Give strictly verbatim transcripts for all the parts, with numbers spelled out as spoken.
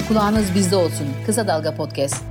Kulağınız bizde olsun. Kısa Dalga Podcast.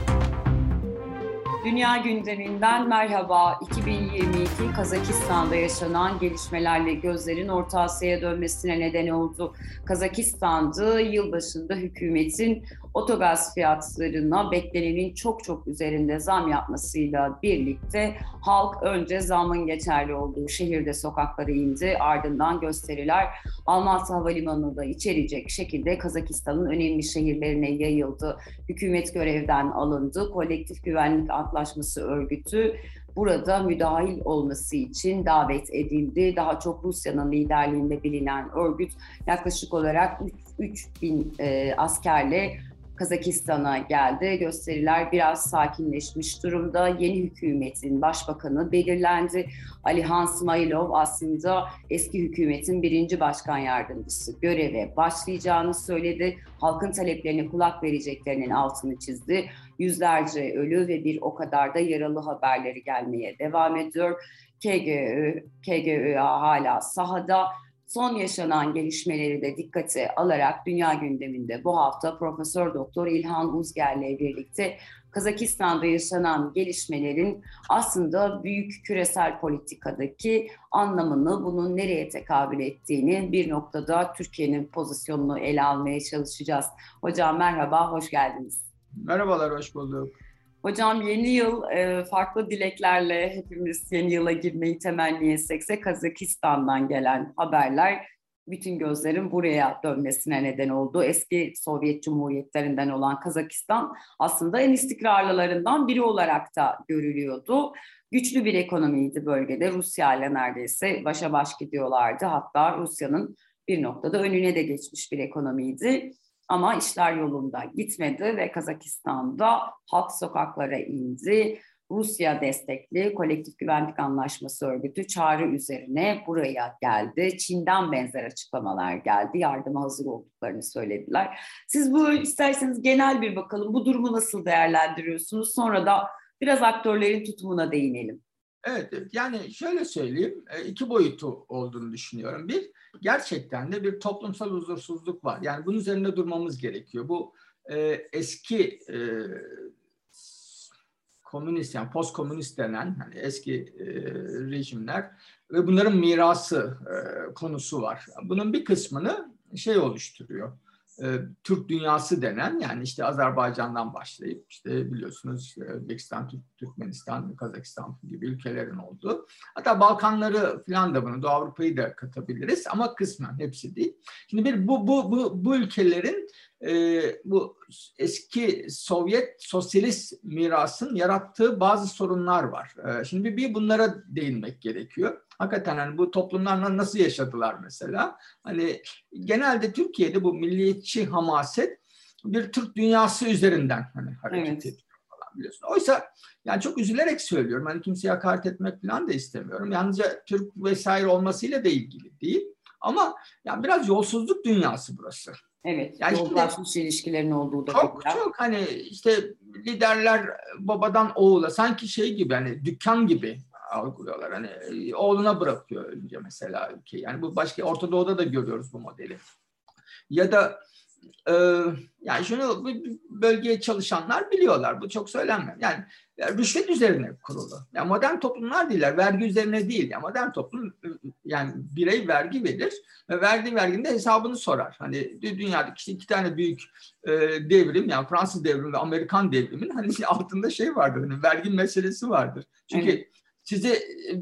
Dünya gündeminden merhaba. iki bin yirmi iki Kazakistan'da yaşanan gelişmelerle gözlerin Orta Asya'ya dönmesine neden oldu. Kazakistan'da yılbaşında hükümetin otogaz fiyatlarına beklenenin çok çok üzerinde zam yapmasıyla birlikte halk önce zamın geçerli olduğu şehirde sokaklara indi. Ardından gösteriler Almatı Havalimanı'nı da içerecek şekilde Kazakistan'ın önemli şehirlerine yayıldı. Hükümet görevden alındı. Kolektif Güvenlik Antlaşması örgütü burada müdahil olması için davet edildi. Daha çok Rusya'nın liderliğinde bilinen örgüt yaklaşık olarak üç bin e, askerle Kazakistan'a geldi. Gösteriler biraz sakinleşmiş durumda. Yeni hükümetin başbakanı belirlendi. Alihan Smailov aslında eski hükümetin birinci başkan yardımcısı, göreve başlayacağını söyledi. Halkın taleplerine kulak vereceklerinin altını çizdi. Yüzlerce ölü ve bir o kadar da yaralı haberleri gelmeye devam ediyor. K G Ö, K G Ö hala sahada. Son yaşanan gelişmeleri de dikkate alarak dünya gündeminde bu hafta Profesör Doktor İlhan Uzger'le birlikte Kazakistan'da yaşanan gelişmelerin aslında büyük küresel politikadaki anlamını, bunun nereye tekabül ettiğini, bir noktada Türkiye'nin pozisyonunu ele almaya çalışacağız. Hocam merhaba, hoş geldiniz. Merhabalar, hoş bulduk. Hocam yeni yıl farklı dileklerle hepimiz yeni yıla girmeyi temenni etsekse Kazakistan'dan gelen haberler bütün gözlerin buraya dönmesine neden oldu. Eski Sovyet Cumhuriyetlerinden olan Kazakistan aslında en istikrarlılarından biri olarak da görülüyordu. Güçlü bir ekonomiydi bölgede. Rusya ile neredeyse başa baş gidiyorlardı. Hatta Rusya'nın bir noktada önüne de geçmiş bir ekonomiydi. Ama işler yolunda gitmedi ve Kazakistan'da halk sokaklara indi. Rusya destekli Kolektif Güvenlik Antlaşması örgütü çağrı üzerine buraya geldi. Çin'den benzer açıklamalar geldi. Yardıma hazır olduklarını söylediler. Siz bu isterseniz genel bir bakalım. Bu durumu nasıl değerlendiriyorsunuz? Sonra da biraz aktörlerin tutumuna değinelim. Evet, yani şöyle söyleyeyim, iki boyutu olduğunu düşünüyorum. Bir, gerçekten de bir toplumsal huzursuzluk var. Yani bunun üzerinde durmamız gerekiyor. Bu e, eski e, komünist, yani post-komünist denen hani eski e, rejimler ve bunların mirası e, konusu var. Bunun bir kısmını şey oluşturuyor. Türk dünyası denen, yani işte Azerbaycan'dan başlayıp işte biliyorsunuz Özbekistan, Türkmenistan, Kazakistan gibi ülkelerin olduğu. Hatta Balkanları falan da bunu, Doğu Avrupa'yı da katabiliriz ama kısmen, hepsi değil. Şimdi bir bu bu bu bu ülkelerin e, bu eski Sovyet sosyalist mirasın yarattığı bazı sorunlar var. E, şimdi bir bunlara değinmek gerekiyor. Hakikaten hani bu toplumlarla nasıl yaşadılar mesela? Hani genelde Türkiye'de bu milliyetçi hamaset bir Türk dünyası üzerinden hani hareket evet. ediyor falan, biliyorsun. Oysa yani çok üzülerek söylüyorum. Hani kimseye hakaret etmek falan da istemiyorum. Yalnızca Türk vesaire olmasıyla da ilgili değil. Ama yani biraz yolsuzluk dünyası burası. Evet, yani yoldaşlık ilişkilerin olduğu da çok kadar. Çok hani işte liderler babadan oğula, sanki şey gibi, hani dükkan gibi algılıyorlar. Hani oğluna bırakıyor önce mesela ülkeyi. Yani bu başka Orta Doğu'da da görüyoruz bu modeli. Ya da e, yani şunu bölgeye çalışanlar biliyorlar. Bu çok söylenmiyor. Yani, yani rüşvet üzerine kurulu. Yani modern toplumlar değiller. Vergi üzerine değil. Yani modern toplum, yani birey vergi verir ve verdiği verginin de hesabını sorar. Hani dünyadaki işte iki tane büyük e, devrim, yani Fransız devrimi ve Amerikan devriminin hani altında şey vardır. Hani vergi meselesi vardır. Çünkü evet. Size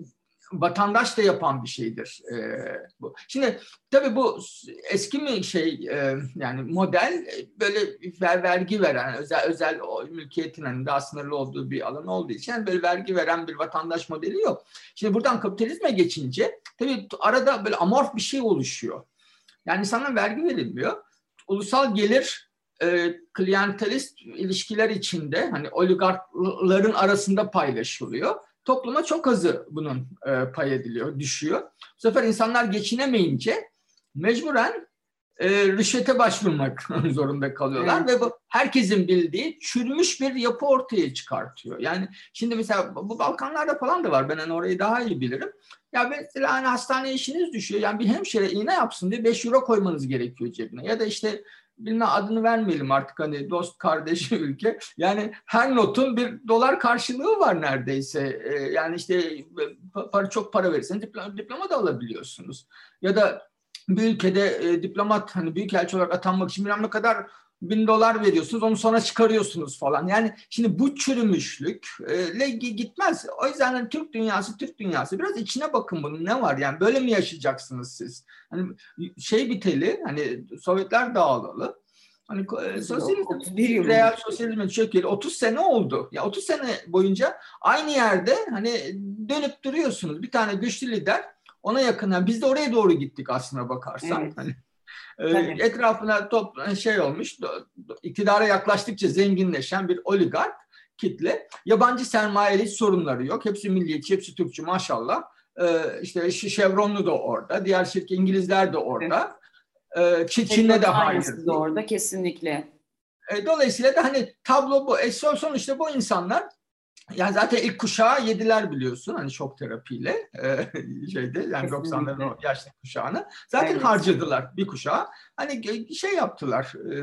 vatandaş da yapan bir şeydir e, bu. Şimdi tabii bu eski mi şey e, yani model böyle ver, vergi veren, özel özel o mülkiyetin hani daha sınırlı olduğu bir alan olduğu için yani böyle vergi veren bir vatandaş modeli yok. Şimdi buradan kapitalizme geçince tabii arada böyle amorf bir şey oluşuyor. Yani sana vergi verilmiyor. Ulusal gelir e, klientelist ilişkiler içinde hani oligarkların arasında paylaşılıyor. Topluma çok azı bunun e, pay ediliyor, düşüyor. Bu sefer insanlar geçinemeyince mecburen e, rüşvete başvurmak zorunda kalıyorlar. Evet. Ve bu herkesin bildiği çürümüş bir yapı ortaya çıkartıyor. Yani şimdi mesela bu Balkanlarda falan da var. Ben hani orayı daha iyi bilirim. Ya mesela hani hastane işiniz düşüyor. Yani bir hemşire iğne yapsın diye beş euro koymanız gerekiyor cebine. Ya da işte bilmem adını vermeyelim artık hani dost kardeş ülke. Yani her notun bir dolar karşılığı var neredeyse. Ee, yani işte para, çok para verirseniz diploma, diploma da alabiliyorsunuz. Ya da bir ülkede e, diplomat hani büyükelçi olarak atanmak için bilmem ne kadar bin dolar veriyorsunuz, onu sonra çıkarıyorsunuz falan. Yani şimdi bu çürümüşlükle gitmez. O yüzden hani Türk dünyası, Türk dünyası biraz içine bakın bunun ne var yani böyle mi yaşayacaksınız siz? Hani şey biteli, hani Sovyetler dağılalı. Hani sosyalizm, real sosyalizmin çökeli otuz sene oldu. Ya otuz sene boyunca aynı yerde hani dönüp duruyorsunuz. Bir tane güçlü lider, ona yakın. Yani biz de oraya doğru gittik aslına bakarsan. Evet. Hani Tabii. etrafına top şey olmuş, iktidara yaklaştıkça zenginleşen bir oligark kitle. Yabancı sermayeli sorunları yok. Hepsi milliyetçi, hepsi Türkçü maşallah. İşte Chevron'lu da orada, diğer şirket İngilizler de orada. Evet. Çin'de de hayır. De orada kesinlikle. Dolayısıyla da hani tablo bu. E sonuçta bu insanlar, yani zaten ilk kuşağı yediler biliyorsun hani şok terapiyle e, şeyde yani doksanların o yaşlı kuşağını zaten evet. harcadılar bir kuşağı. Hani şey yaptılar. E,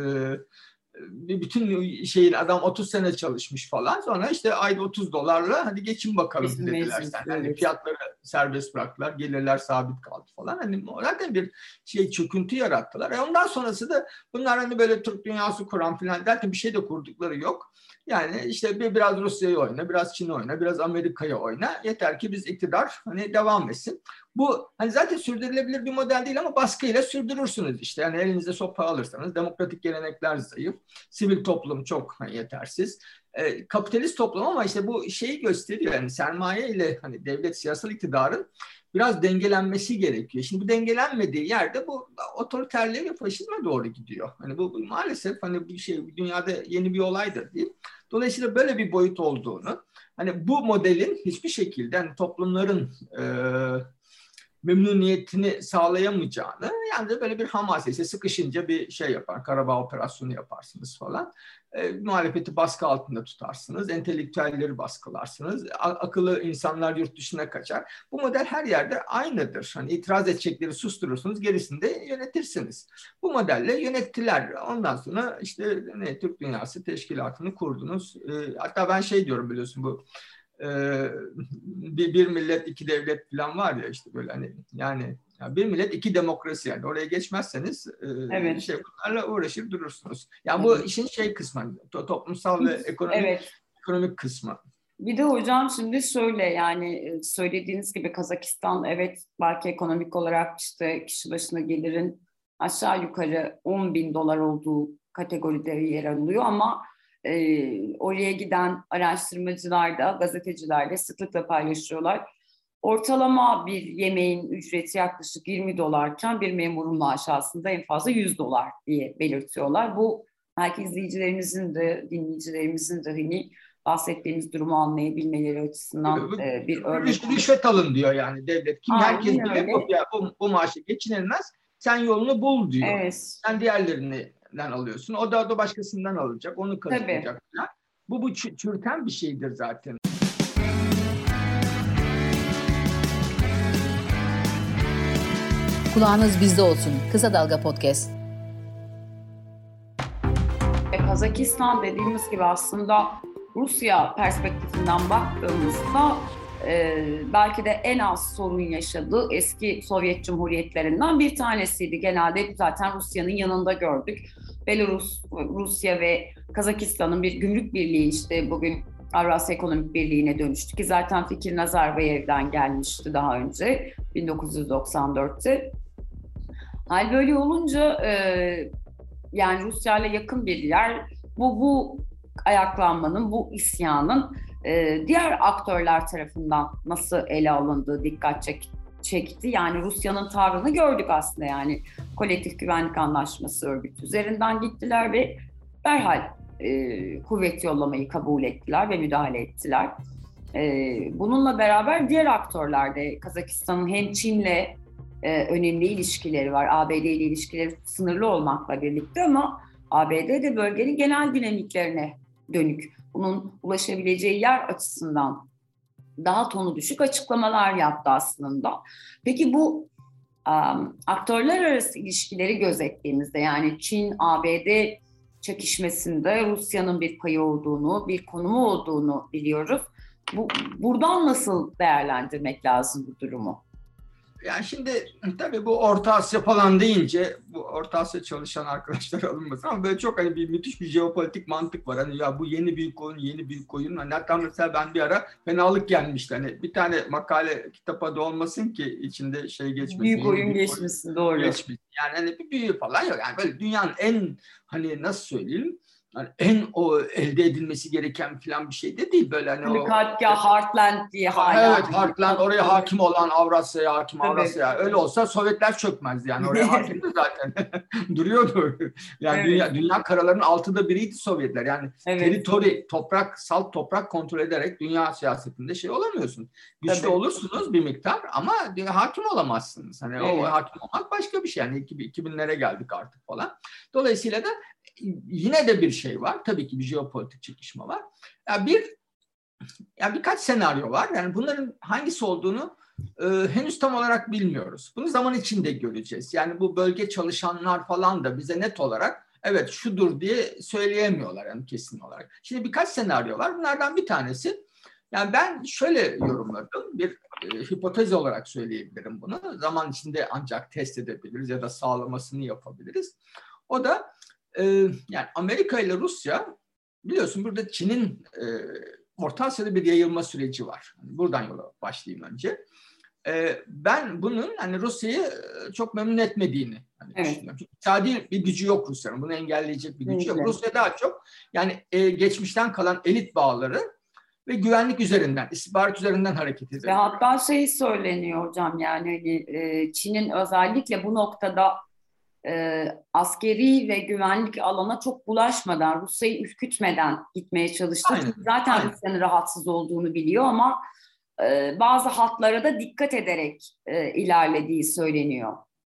bütün şeyin adam otuz sene çalışmış falan. Sonra işte ayda otuz dolarla hadi geçin bakalım Kesin dediler. Yani evet. Hani fiyatları serbest bıraktılar. Gelirler sabit kaldı falan. Hani zaten bir şey çöküntü yarattılar. E ondan sonrası da bunlar hani böyle Türk dünyası kuran falan derken bir şey de kurdukları yok. Yani işte bir biraz Rusya'yı oyna, biraz Çin'i oyna, biraz Amerika'yı oyna. Yeter ki biz iktidar hani devam etsin. Bu hani zaten sürdürülebilir bir model değil ama baskıyla sürdürürsünüz işte. Yani elinizde sopa alırsanız demokratik gelenekler zayıf, sivil toplum çok hani, yetersiz. E, kapitalist toplum ama işte bu şeyi gösteriyor. Yani sermaye ile hani devlet siyasal iktidarın biraz dengelenmesi gerekiyor. Şimdi bu dengelenmediği yerde bu otoriterliğe ve faşizme doğru gidiyor. Hani bu, bu maalesef hani bir şey dünyada yeni bir olaydır değil. Dolayısıyla böyle bir boyut olduğunu, hani bu modelin hiçbir şekilde hani toplumların e, memnuniyetini sağlayamayacağını, yani de böyle bir hamasesi sıkışınca bir şey yapar, Karabağ operasyonu yaparsınız falan. E, muhalefeti baskı altında tutarsınız, entelektüelleri baskılarsınız, akıllı insanlar yurt dışına kaçar. Bu model her yerde aynıdır. Hani itiraz edecekleri susturursunuz, gerisini de yönetirsiniz. Bu modelle yönettiler. Ondan sonra işte ne Türk Dünyası Teşkilatı'nı kurdunuz. E, hatta ben şey diyorum biliyorsun bu Ee, bir, bir millet iki devlet falan var ya işte böyle hani yani bir millet iki demokrasi yani oraya geçmezseniz e, evet. şey bunlarla uğraşır durursunuz. Yani bu evet. işin şey kısmı toplumsal ve ekonomik evet. ekonomik kısmı. Bir de hocam şimdi şöyle yani söylediğiniz gibi Kazakistan evet belki ekonomik olarak işte kişi başına gelirin aşağı yukarı on bin dolar olduğu kategoride yer alıyor ama e, oraya giden araştırmacılar da gazeteciler de sıklıkla paylaşıyorlar. Ortalama bir yemeğin ücreti yaklaşık yirmi dolarken bir memurun maaşı aslında en fazla yüz dolar diye belirtiyorlar. Bu belki izleyicilerimizin de dinleyicilerimizin de hani bahsettiğimiz durumu anlayabilmeleri açısından e, bir örnek. Rüşvet alın diyor yani devlet. Kim Aynen herkes diyor ya bu, bu maaşı geçinilmez. Sen yolunu bul diyor. Evet. Sen diğerlerinden alıyorsun. O da, o da başkasından alacak. Onu kazanacak. Bu bu çürüten bir şeydir zaten. Kulağınız bizde olsun. Kısa Dalga Podcast. Kazakistan dediğimiz gibi aslında Rusya perspektifinden baktığımızda e, belki de en az sorun yaşadığı eski Sovyet Cumhuriyetlerinden bir tanesiydi. Genelde zaten Rusya'nın yanında gördük. Belarus, Rusya ve Kazakistan'ın bir gümrük birliği işte bugün Avrasya Ekonomik Birliği'ne dönüştü ki zaten fikir Nazarbayev'den gelmişti daha önce bin dokuz yüz doksan dörtte. Hal böyle olunca e, yani Rusya ile yakın bir yer bu bu ayaklanmanın, bu isyanın e, diğer aktörler tarafından nasıl ele alındığı dikkat çek, çekti. Yani Rusya'nın tavrını gördük aslında yani kolektif güvenlik anlaşması örgütü üzerinden gittiler ve derhal e, kuvvet yollamayı kabul ettiler ve müdahale ettiler. E, bununla beraber diğer aktörler de Kazakistan'ın hem Çin'le e, önemli ilişkileri var, A B D ile ilişkileri sınırlı olmakla birlikte ama A B D de bölgenin genel dinamiklerine dönük, bunun ulaşabileceği yer açısından daha tonu düşük açıklamalar yaptı aslında. Peki bu Um, aktörler arası ilişkileri gözettiğimizde, yani Çin-A B D çekişmesinde Rusya'nın bir payı olduğunu, bir konumu olduğunu biliyoruz. Bu, buradan nasıl değerlendirmek lazım bu durumu? Yani şimdi tabii bu Orta Asya falan deyince, bu Orta Asya çalışan arkadaşlar alınmasın ama böyle çok hani bir müthiş bir jeopolitik mantık var. Hani ya bu yeni büyük oyun, yeni büyük oyun. Hani hatta mesela ben bir ara fenalık gelmişti. Hani bir tane makale kitap adı olmasın ki içinde şey geçmesin. Büyük oyun geçmişsin, doğru. Geçmiş. Yani hani bir büyü falan yok. Yani böyle dünyanın en, hani nasıl söyleyeyim, yani en o elde edilmesi gereken falan bir şey de değil böyle hani, hani o Katya, Heartland diye hala. Evet, Heartland, oraya hakim olan, Avrasya'ya hakim, Tabii. Avrasya. Öyle olsa Sovyetler çökmezdi yani, oraya hakimdi zaten. Duruyordu. Yani Evet. dünya, dünya karalarının altıda biriydi Sovyetler. Yani evet. teritori, toprak, salt toprak kontrol ederek dünya siyasetinde şey olamıyorsun. Güçlü Tabii. olursunuz bir miktar ama hakim olamazsınız. Hani evet. O hakim olmak başka bir şey. Yani iki binlere geldik artık falan. Dolayısıyla da yine de bir şey var. Tabii ki bir jeopolitik çekişme var. Yani bir Yani birkaç senaryo var. Yani bunların hangisi olduğunu e, henüz tam olarak bilmiyoruz. Bunu zaman içinde göreceğiz. Yani bu bölge çalışanlar falan da bize net olarak evet şudur diye söyleyemiyorlar yani kesin olarak. Şimdi birkaç senaryo var. Bunlardan bir tanesi, yani ben şöyle yorumladım. Bir e, hipotez olarak söyleyebilirim bunu. Zaman içinde ancak test edebiliriz ya da sağlamasını yapabiliriz. O da e, yani Amerika ile Rusya, biliyorsun burada Çin'in e, Orta Asya'da bir yayılma süreci var. Buradan yola başlayayım önce. Ee, ben bunun hani Rusya'yı çok memnun etmediğini hani evet. düşünüyorum. Çünkü iktisadi bir gücü yok Rusya'nın. Bunu engelleyecek bir gücü yok. Rusya daha çok yani e, geçmişten kalan elit bağları ve güvenlik üzerinden, istihbarat üzerinden hareket ediyor. Ve hatta şey söyleniyor hocam, yani hani, e, Çin'in özellikle bu noktada e, askeri ve güvenlik alana çok bulaşmadan, Rusya'yı ürkütmeden gitmeye çalıştı. Aynen, Çünkü zaten aynen. Rusya'nın rahatsız olduğunu biliyor ama e, bazı hatlara da dikkat ederek e, ilerlediği söyleniyor.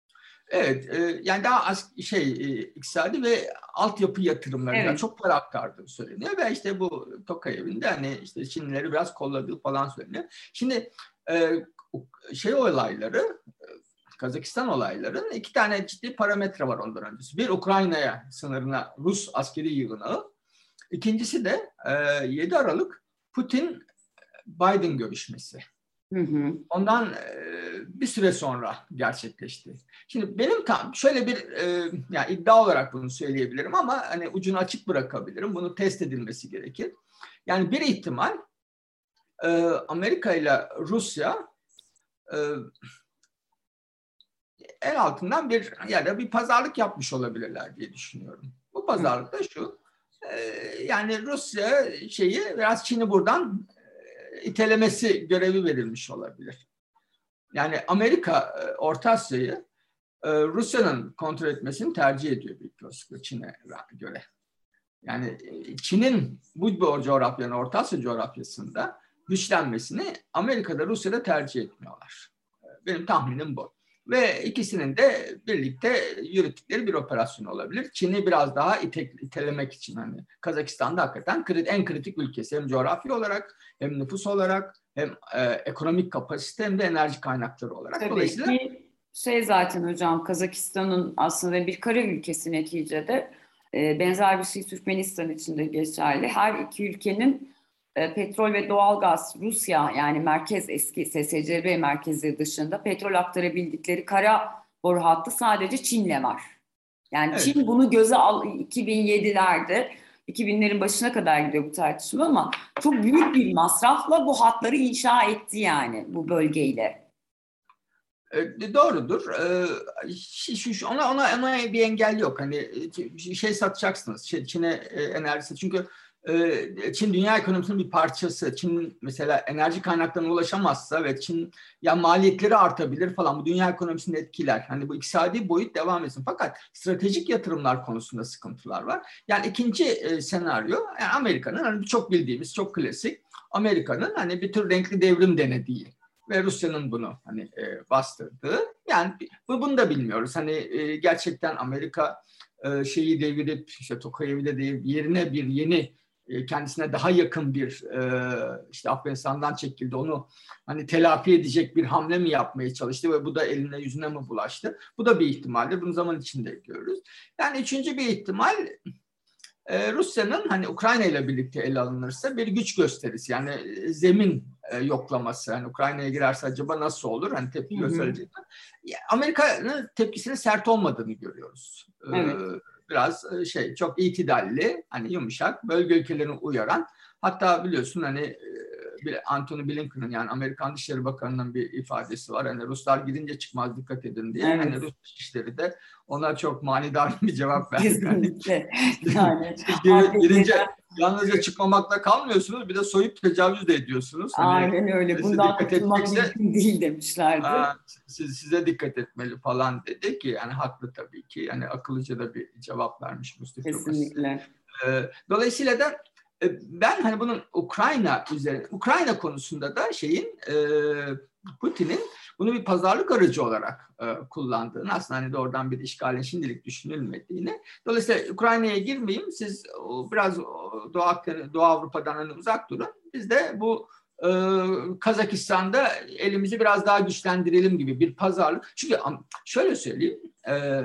Evet, e, yani daha az şey e, iktisadi ve altyapı yatırımlarında evet. çok para aktardığı söyleniyor ve işte bu Tokayev'in de hani işte Çinlileri biraz kolladığı falan söyleniyor. Şimdi e, şey olayları, Kazakistan olayların iki tane ciddi parametre var ondan öncesi. Bir, Ukrayna'ya sınırına Rus askeri yığınağı. İkincisi de e, yedi Aralık Putin-Biden görüşmesi. Hı hı. Ondan e, bir süre sonra gerçekleşti. Şimdi benim tam şöyle bir e, yani iddia olarak bunu söyleyebilirim ama hani ucunu açık bırakabilirim. Bunu test edilmesi gerekir. Yani bir ihtimal e, Amerika ile Rusya e, el altından bir ya da bir pazarlık yapmış olabilirler diye düşünüyorum. Bu pazarlık da şu. E, yani Rusya şeyi biraz Çin'i buradan e, itelemesi görevi verilmiş olabilir. Yani Amerika Orta Asya'yı Rusya'nın kontrol etmesini tercih ediyor büyük olasılıkla Çin'e göre. Yani Çin'in bu coğrafyanın, Orta Asya coğrafyasında güçlenmesini Amerika'da, Rusya'da tercih etmiyorlar. Benim tahminim bu. Ve ikisinin de birlikte yürüttükleri bir operasyon olabilir. Çin'i biraz daha ite, itelemek için. Hani Kazakistan'da hakikaten en kritik ülkesi. Hem coğrafya olarak, hem nüfus olarak, hem e, ekonomik kapasite, hem de enerji kaynakları olarak. Tabii Dolayısıyla ki şey zaten hocam, Kazakistan'ın aslında bir kara ülkesi neticede. E, benzer bir şey Türkmenistan için de geçerli. Her iki ülkenin e, petrol ve doğalgaz, Rusya yani merkez, eski S S C B merkezi dışında petrol aktarabildikleri kara boru hattı sadece Çin'le var. Yani evet. Çin bunu göze al, iki bin yedilerde, iki binlerin başına kadar gidiyor bu tartışma ama çok büyük bir masrafla bu hatları inşa etti yani bu bölgeyle. E, doğrudur. E, şu, şu, ona, ona, ona bir engel yok. Hani şey satacaksınız. Çin'e e, enerjisi. Çünkü e, Çin dünya ekonomisinin bir parçası. Çin mesela enerji kaynaklarına ulaşamazsa ve Çin ya maliyetleri artabilir falan. Bu dünya ekonomisini etkiler. Hani bu iktisadi boyut devam etsin. Fakat stratejik yatırımlar konusunda sıkıntılar var. Yani ikinci e, senaryo yani Amerika'nın hani çok bildiğimiz, çok klasik Amerika'nın hani bir tür renkli devrim denediği ve Rusya'nın bunu hani e, bastırdığı. Yani bu, bunu da bilmiyoruz. Hani e, gerçekten Amerika e, şeyi devirip işte Tokayev'i de devirip yerine bir yeni kendisine daha yakın bir işte Afganistan'dan çekildi. Onu hani telafi edecek bir hamle mi yapmaya çalıştı ve bu da eline yüzüne mi bulaştı? Bu da bir ihtimaldir. Bunu zaman içinde görürüz. Yani üçüncü bir ihtimal Rusya'nın hani Ukrayna ile birlikte ele alınırsa bir güç gösterisi. Yani zemin yoklaması. Yani Ukrayna'ya girerse acaba nasıl olur? Hani tepki gösterecekler. Amerika'nın tepkisinin sert olmadığını görüyoruz. Evet. Biraz şey çok itidalli, hani yumuşak, bölge ülkelerini uyaran. Hatta biliyorsun hani Antony Blinken'ın yani Amerikan Dışişleri Bakanı'nın bir ifadesi var. Hani Ruslar gidince çıkmaz dikkat edin diye. Evet. Hani Rus Dışişleri de ona çok manidar bir cevap verdi. Kesinlikle. Yani, yani girince yalnızca çıkmamakla kalmıyorsunuz, bir de soyup tecavüz de ediyorsunuz. Aynen hani öyle. Bundan kurtulmak mümkün değil demişlerdi. Aa, siz, size dikkat etmeli falan dedi ki yani haklı tabii ki. Yani akıllıca da bir cevap vermiş Mustafa. Kesinlikle. Ee, dolayısıyla da ben hani bunun Ukrayna üzerine, Ukrayna konusunda da şeyin e, Putin'in bunu bir pazarlık aracı olarak e, kullandığını, aslında hani doğrudan bir işgalin şimdilik düşünülmediğini. Dolayısıyla Ukrayna'ya girmeyeyim, siz biraz Doğu, Doğu Avrupa'dan hani uzak durun. Biz de bu e, Kazakistan'da elimizi biraz daha güçlendirelim gibi bir pazarlık. Çünkü şöyle söyleyeyim, e,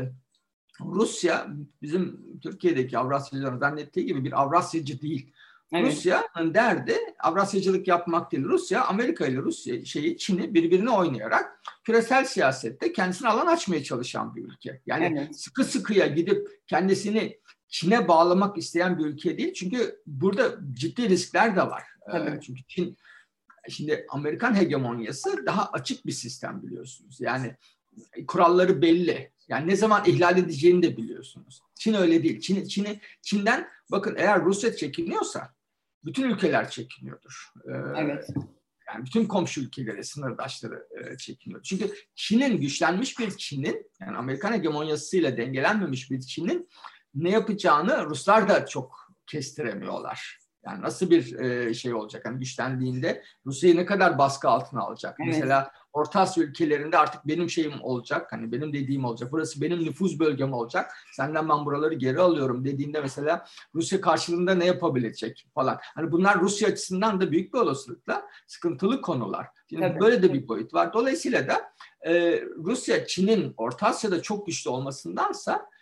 Rusya bizim Türkiye'deki Avrasyacıların zannettiği gibi bir Avrasyacı değil. Evet. Rusya'nın derdi Avrasyacılık yapmak değil. Rusya, Amerika ile Rusya şeyi Çin'i birbirine oynayarak küresel siyasette kendisine alan açmaya çalışan bir ülke. Yani evet. sıkı sıkıya gidip kendisini Çin'e bağlamak isteyen bir ülke değil. Çünkü burada ciddi riskler de var. Evet. Çünkü Çin, şimdi Amerikan hegemonyası daha açık bir sistem biliyorsunuz. Yani kuralları belli. Yani ne zaman ihlal edeceğini de biliyorsunuz. Çin öyle değil. Çin, Çin'i, Çin'den bakın eğer Rusya çekiniyorsa bütün ülkeler çekiniyordur. Ee, evet. Yani bütün komşu ülkelere, sınırdaşları e, çekiniyor. Çünkü Çin'in, güçlenmiş bir Çin'in, yani Amerikan hegemonyasıyla dengelenmemiş bir Çin'in ne yapacağını Ruslar da çok kestiremiyorlar. Yani nasıl bir e, şey olacak? Yani güçlendiğinde Rusya'yı ne kadar baskı altına alacak? Evet. Mesela Orta Asya ülkelerinde artık benim şeyim olacak. Hani benim dediğim olacak. Burası benim nüfuz bölgem olacak. Senden ben buraları geri alıyorum dediğinde mesela Rusya karşılığında ne yapabilecek falan. Hani bunlar Rusya açısından da büyük bir olasılıkla sıkıntılı konular. Şimdi evet. Böyle de bir boyut var. Dolayısıyla da e, Rusya Çin'in Orta Asya'da çok güçlü olmasındansa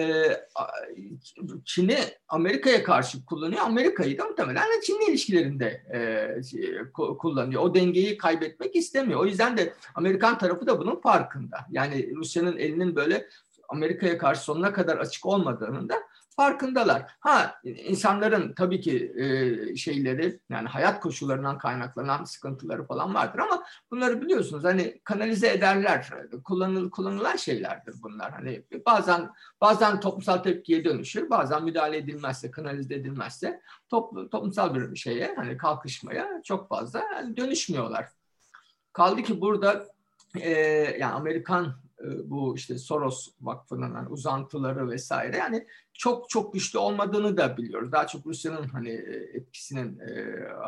Çin'i Amerika'ya karşı kullanıyor. Amerika'yı da muhtemelen Çin'le ilişkilerinde e, kullanıyor. O dengeyi kaybetmek istemiyor. O yüzden de Amerikan tarafı da bunun farkında. Yani Rusya'nın elinin böyle Amerika'ya karşı sonuna kadar açık olmadığının da farkındalar. Ha, insanların tabii ki e, şeyleri, yani hayat koşullarından kaynaklanan sıkıntıları falan vardır ama bunları biliyorsunuz hani kanalize ederler. Kullanıl, kullanılan şeylerdir bunlar. Hani bazen bazen toplumsal tepkiye dönüşür, bazen müdahale edilmezse, kanalize edilmezse toplu, toplumsal bir şeye, hani kalkışmaya çok fazla yani dönüşmüyorlar. Kaldı ki burada e, yani Amerikan bu işte Soros Vakfı'nın hani uzantıları vesaire yani çok çok güçlü olmadığını da biliyoruz. Daha çok Rusya'nın hani etkisinin e,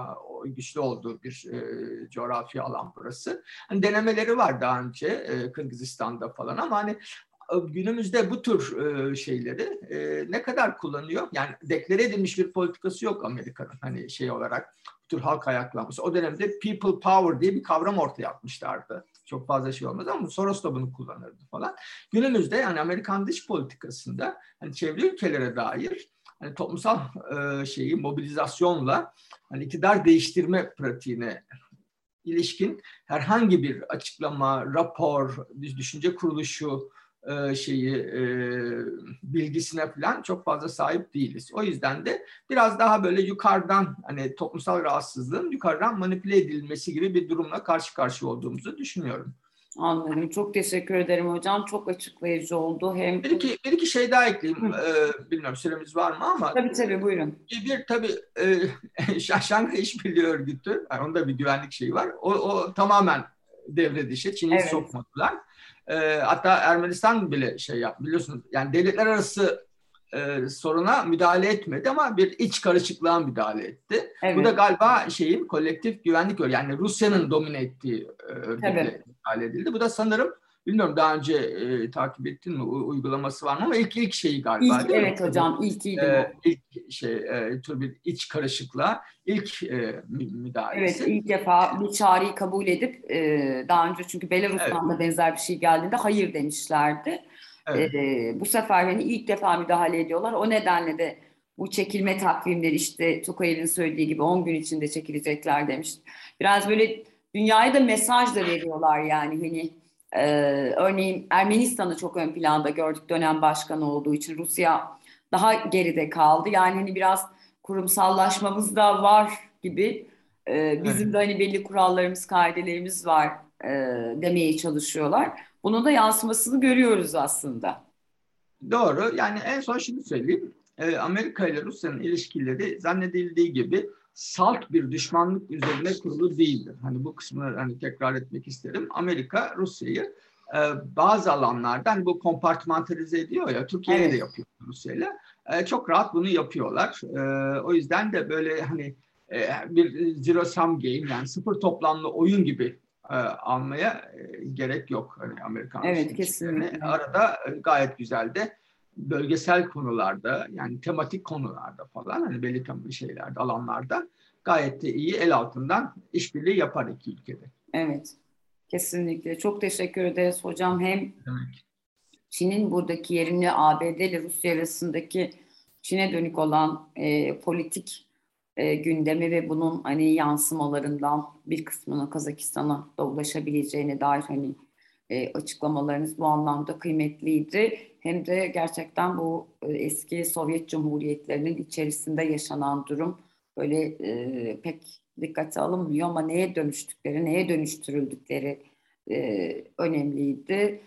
güçlü olduğu bir e, coğrafi alan burası. Hani denemeleri var daha önce e, Kırgızistan'da falan ama hani günümüzde bu tür e, şeyleri e, ne kadar kullanıyor? Yani deklare edilmiş bir politikası yok Amerika'nın hani şey olarak bu tür halk ayaklanması. O dönemde people power diye bir kavram ortaya atmışlardı. Çok fazla şey olmaz ama Soros da bunu kullanırdı falan. Günümüzde yani Amerikan dış politikasında hani çevre ülkelere dair hani toplumsal e, şeyi mobilizasyonla hani iktidar değiştirme pratiğine ilişkin herhangi bir açıklama, rapor, düşünce kuruluşu e, şeyi e, bilgisine falan çok fazla sahip değiliz. O yüzden de biraz daha böyle yukarıdan hani toplumsal rahatsızlığın yukarıdan manipüle edilmesi gibi bir durumla karşı karşıya olduğumuzu düşünüyorum. Anladım. Çok teşekkür ederim hocam. Çok açıklayıcı oldu. Hem bir iki, bir iki şey daha ekleyeyim. Ee, bilmiyorum süremiz var mı ama. Tabii tabii buyurun. Bir, bir tabii e, Şanghay İşbirliği Örgütü. Yani onun da bir güvenlik şeyi var. O, o tamamen devre dışı. Çin'i evet. sokmadılar. E, hatta Ermenistan bile şey yaptı. Biliyorsunuz yani devletler arası e, soruna müdahale etmedi ama bir iç karışıklığa müdahale etti. Evet. Bu da galiba şeyin kolektif güvenlik örgütü. Yani Rusya'nın domine ettiği örgütle müdahale edildi. Bu da sanırım Bilmiyorum daha önce e, takip ettin mi? U- uygulaması var mı? Ama ilk ilk şeyi galiba İlk, değil evet mi? hocam, ilkiydi E, bu. ilk şey e, tür bir iç karışıklığa ilk e, Evet, müdahalesi. ilk defa bu çağrıyı kabul edip e, daha önce çünkü Evet, Belarus'tan da benzer bir şey geldiğinde hayır demişlerdi. E, evet, bu sefer hani ilk defa müdahale ediyorlar. O nedenle de bu çekilme takvimleri işte Tokayev'in söylediği gibi on gün içinde çekilecekler demiş. Biraz böyle dünyaya da mesaj da veriyorlar yani hani e, örneğin Ermenistan'ı çok ön planda gördük dönem başkanı olduğu için Rusya daha geride kaldı. Yani hani biraz kurumsallaşmamız da var gibi. Ee, evet. bizim de hani belli kurallarımız, kaidelerimiz var e, demeye çalışıyorlar. Bunun da yansımasını görüyoruz aslında. Doğru. Yani en son şunu söyleyeyim. E, Amerika ile Rusya'nın ilişkileri zannedildiği gibi salt bir düşmanlık üzerine kurulu değildir. Hani bu kısmını hani tekrar etmek isterim. Amerika Rusya'yı e, bazı alanlarda hani bu kompartmantalize ediyor ya, Türkiye'ye de Evet, yapıyor Rusya'yla. E, çok rahat bunu yapıyorlar. E, o yüzden de böyle hani e, bir zero sum game yani sıfır toplamlı oyun gibi e, almaya e, gerek yok hani Amerikan-Rusya evet ilişkilerini. kesinlikle. Arada e, gayet güzel de bölgesel konularda yani tematik konularda falan hani belli tem- şeylerde alanlarda gayet de iyi el altından işbirliği yapar iki ülkede. Evet, kesinlikle. Çok teşekkür ederiz hocam. Hem Demek. Çin'in buradaki yerini A B D ile Rusya arasındaki Çin'e dönük olan e, politik e, gündemi ve bunun hani yansımalarından bir kısmının Kazakistan'a da ulaşabileceğine dair hani e, açıklamalarınız bu anlamda kıymetliydi. Hem de gerçekten bu e, eski Sovyet Cumhuriyetlerinin içerisinde yaşanan durum böyle e, pek dikkate alınmıyor ama neye dönüştükleri, neye dönüştürüldükleri e, önemliydi.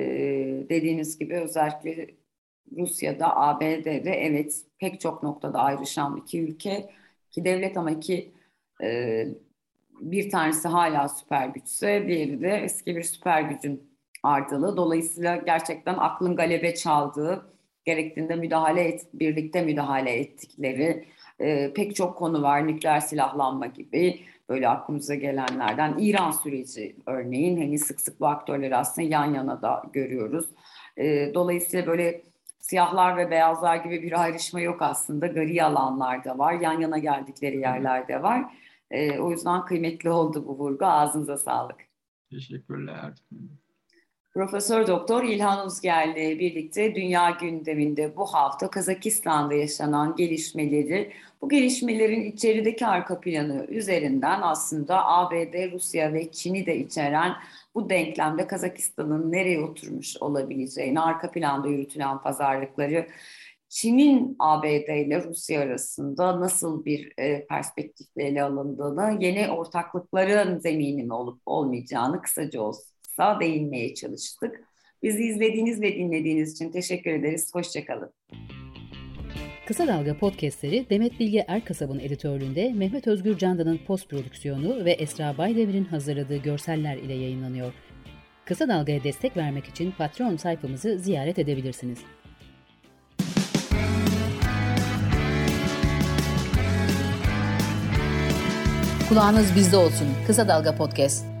Ee, dediğiniz gibi özellikle Rusya'da, A B D'de evet pek çok noktada ayrışan iki ülke, iki devlet ama iki e, bir tanesi hala süper güçse diğeri de eski bir süper gücün ardılığı. Dolayısıyla gerçekten aklın galebe çaldığı, gerektiğinde müdahale et, birlikte müdahale ettikleri e, pek çok konu var. Nükleer silahlanma gibi böyle aklımıza gelenlerden. İran süreci örneğin hani sık sık bu aktörleri aslında yan yana da görüyoruz. E, dolayısıyla böyle siyahlar ve beyazlar gibi bir ayrışma yok aslında. Gri alanlarda var, yan yana geldikleri yerlerde var. E, o yüzden kıymetli oldu bu vurgu. Ağzınıza sağlık. Teşekkürler. Profesör Doktor İlhan Uzger'le birlikte dünya gündeminde bu hafta Kazakistan'da yaşanan gelişmeleri, bu gelişmelerin içerideki arka planı üzerinden aslında A B D, Rusya ve Çin'i de içeren bu denklemde Kazakistan'ın nereye oturmuş olabileceğini, arka planda yürütülen pazarlıkları, Çin'in A B D ile Rusya arasında nasıl bir e, perspektifle ele alındığını, yeni ortaklıkların zemini mi olup olmayacağını kısaca olsa değinmeye çalıştık. Bizi izlediğiniz ve dinlediğiniz için teşekkür ederiz. Hoşçakalın. Kısa Dalga podcastleri Demet Bilge Erkasab'ın editörlüğünde Mehmet Özgür Candan'ın post prodüksiyonu ve Esra Baydemir'in hazırladığı görseller ile yayınlanıyor. Kısa Dalga'ya destek vermek için Patreon sayfamızı ziyaret edebilirsiniz. Kulağınız bizde olsun. Kısa Dalga Podcast.